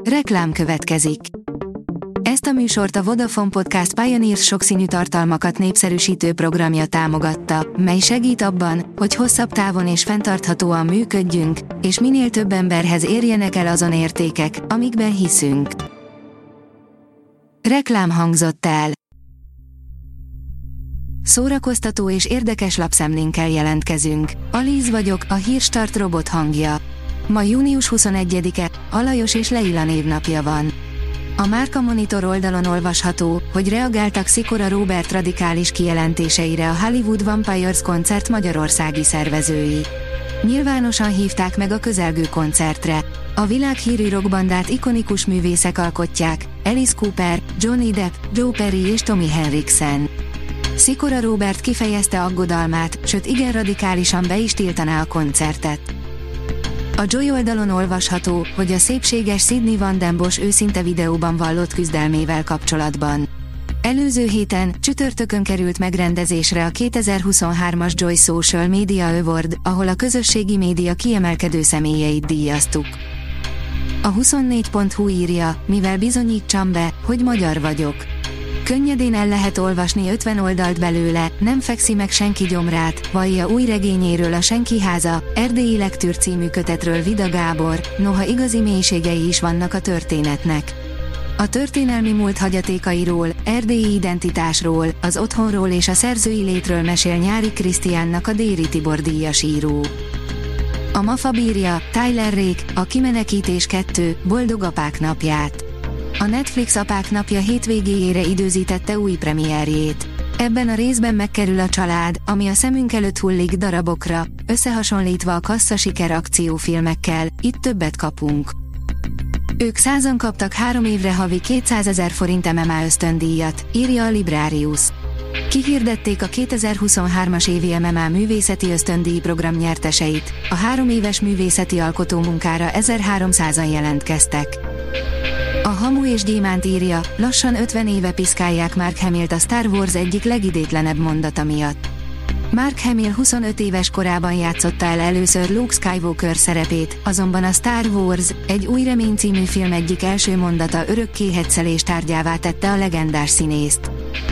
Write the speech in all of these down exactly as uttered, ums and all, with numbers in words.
Reklám következik. Ezt a műsort a Vodafone Podcast Pioneers sokszínű tartalmakat népszerűsítő programja támogatta, mely segít abban, hogy hosszabb távon és fenntarthatóan működjünk, és minél több emberhez érjenek el azon értékek, amikben hiszünk. Reklám hangzott el. Szórakoztató és érdekes lapszemlénkkel jelentkezünk. Alíz vagyok, a Hírstart robot hangja. Ma június huszonegyedike, Alajos és Leila névnapja van. A Márka Monitor oldalon olvasható, hogy reagáltak Szikora Róbert radikális kijelentéseire a Hollywood Vampires koncert magyarországi szervezői. Nyilvánosan hívták meg a közelgő koncertre. A világhírű rockbandát ikonikus művészek alkotják, Alice Cooper, Johnny Depp, Joe Perry és Tommy Henriksen. Szikora Róbert kifejezte aggodalmát, sőt igen radikálisan be is tiltaná a koncertet. A Joy oldalon olvasható, hogy a szépséges Sydney Van Den Bosch őszinte videóban vallott küzdelmével kapcsolatban. Előző héten, csütörtökön került megrendezésre a kétezer-huszonhármas Joy Social Media Award, ahol a közösségi média kiemelkedő személyeit díjaztuk. A huszonnégy pont hu írja, mivel bizonyítsam be, hogy magyar vagyok. Könnyedén el lehet olvasni ötven oldalt belőle, nem fekszi meg senki gyomrát, vallja új regényéről a Senki háza, Erdélyi Lektűr című kötetről Vida Gábor, noha igazi mélységei is vannak a történetnek. A történelmi múlt hagyatékairól, erdélyi identitásról, az otthonról és a szerzői létről mesél Nyári Krisztiánnak a Déri Tibor díjas író. A MAFA bírja, Tyler Rake, a Kimenekítés kettő, Boldog apák napját. A Netflix apák napja hétvégéjére időzítette új premierjét. Ebben a részben megkerül a család, ami a szemünk előtt hullik darabokra, összehasonlítva a kasszasiker akciófilmekkel, itt többet kapunk. Ők százan kaptak három évre havi kétszázezer forint em em á ösztöndíjat, írja a Librarius. Kihirdették a kétezer-huszonhármas évi em em á művészeti ösztöndíj program nyerteseit, a három éves művészeti alkotómunkára ezerháromszázan jelentkeztek. A Hamu és Gyémánt írja, lassan ötven éve piszkálják Mark Hamilt a Star Wars egyik legidétlenebb mondata miatt. Mark Hamill huszonöt éves korában játszotta el először Luke Skywalker szerepét, azonban a Star Wars, egy új remény című film egyik első mondata örökké hetszelés tárgyává tette a legendás színészt.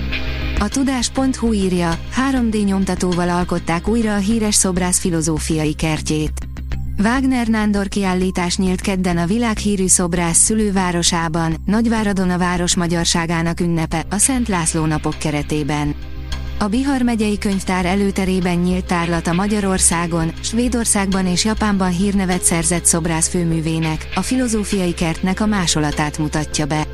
A tudás pont hu írja, három dé nyomtatóval alkották újra a híres szobrász filozófiai kertjét. Wagner Nándor kiállítás nyílt kedden a világhírű szobrász szülővárosában, Nagyváradon a város magyarságának ünnepe, a Szent László napok keretében. A Bihar megyei könyvtár előterében nyílt tárlata Magyarországon, Svédországban és Japánban hírnevet szerzett szobrász főművének, a filozófiai kertnek a másolatát mutatja be.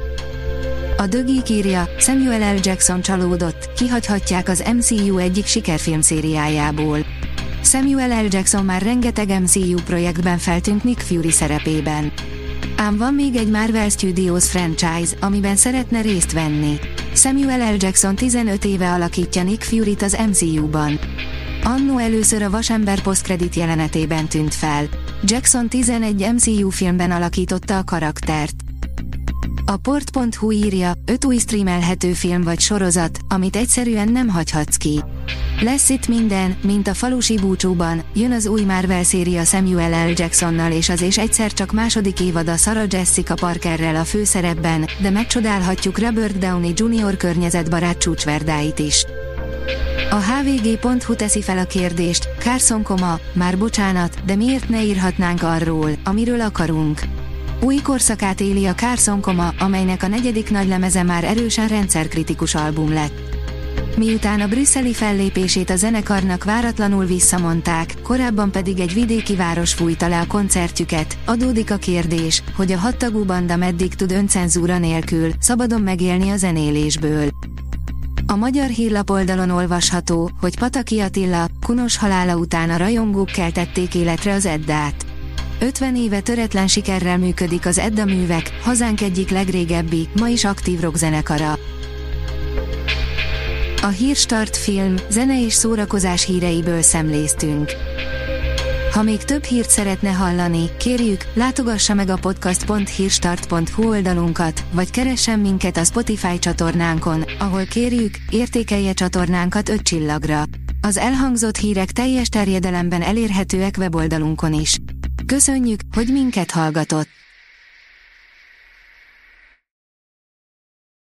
A The Geek írja, Samuel L. Jackson csalódott, kihagyhatják az em cé u egyik sikerfilm szériájából. Samuel L. Jackson már rengeteg em cé u projektben feltűnt Nick Fury szerepében. Ám van még egy Marvel Studios franchise, amiben szeretne részt venni. Samuel L. Jackson tizenöt éve alakítja Nick Furyt az em cé u-ban. Annó először a Vasember posztkredit jelenetében tűnt fel. Jackson tizenegy em cé u filmben alakította a karaktert. A port pont hu írja, öt új streamelhető film vagy sorozat, amit egyszerűen nem hagyhatsz ki. Lesz itt minden, mint a falusi búcsúban, jön az új Marvel széria Samuel L. Jacksonnal és az és egyszer csak második évada Sarah Jessica Parkerrel a főszerepben, de megcsodálhatjuk Robert Downey junior környezetbarát csúcsverdáit is. A há vé gé pont hu teszi fel a kérdést, Carson koma, már bocsánat, de miért ne írhatnánk arról, amiről akarunk. Új korszakát éli a Carson koma, amelynek a negyedik nagylemeze már erősen rendszerkritikus album lett. Miután a brüsszeli fellépését a zenekarnak váratlanul visszamondták, korábban pedig egy vidéki város fújta le a koncertjüket, adódik a kérdés, hogy a hattagú banda meddig tud öncenzúra nélkül, szabadon megélni a zenélésből. A Magyar Hírlap oldalon olvasható, hogy Pataki Attila, Kunos halála után a rajongók keltették életre az Eddát. ötven éve töretlen sikerrel működik az Edda művek, hazánk egyik legrégebbi, ma is aktív rockzenekara. A Hírstart film, zene és szórakozás híreiből szemléztünk. Ha még több hírt szeretne hallani, kérjük, látogassa meg a podcast pont hírstart pont hu oldalunkat, vagy keressen minket a Spotify csatornánkon, ahol kérjük, értékelje csatornánkat öt csillagra. Az elhangzott hírek teljes terjedelemben elérhetőek weboldalunkon is. Köszönjük, hogy minket hallgatott!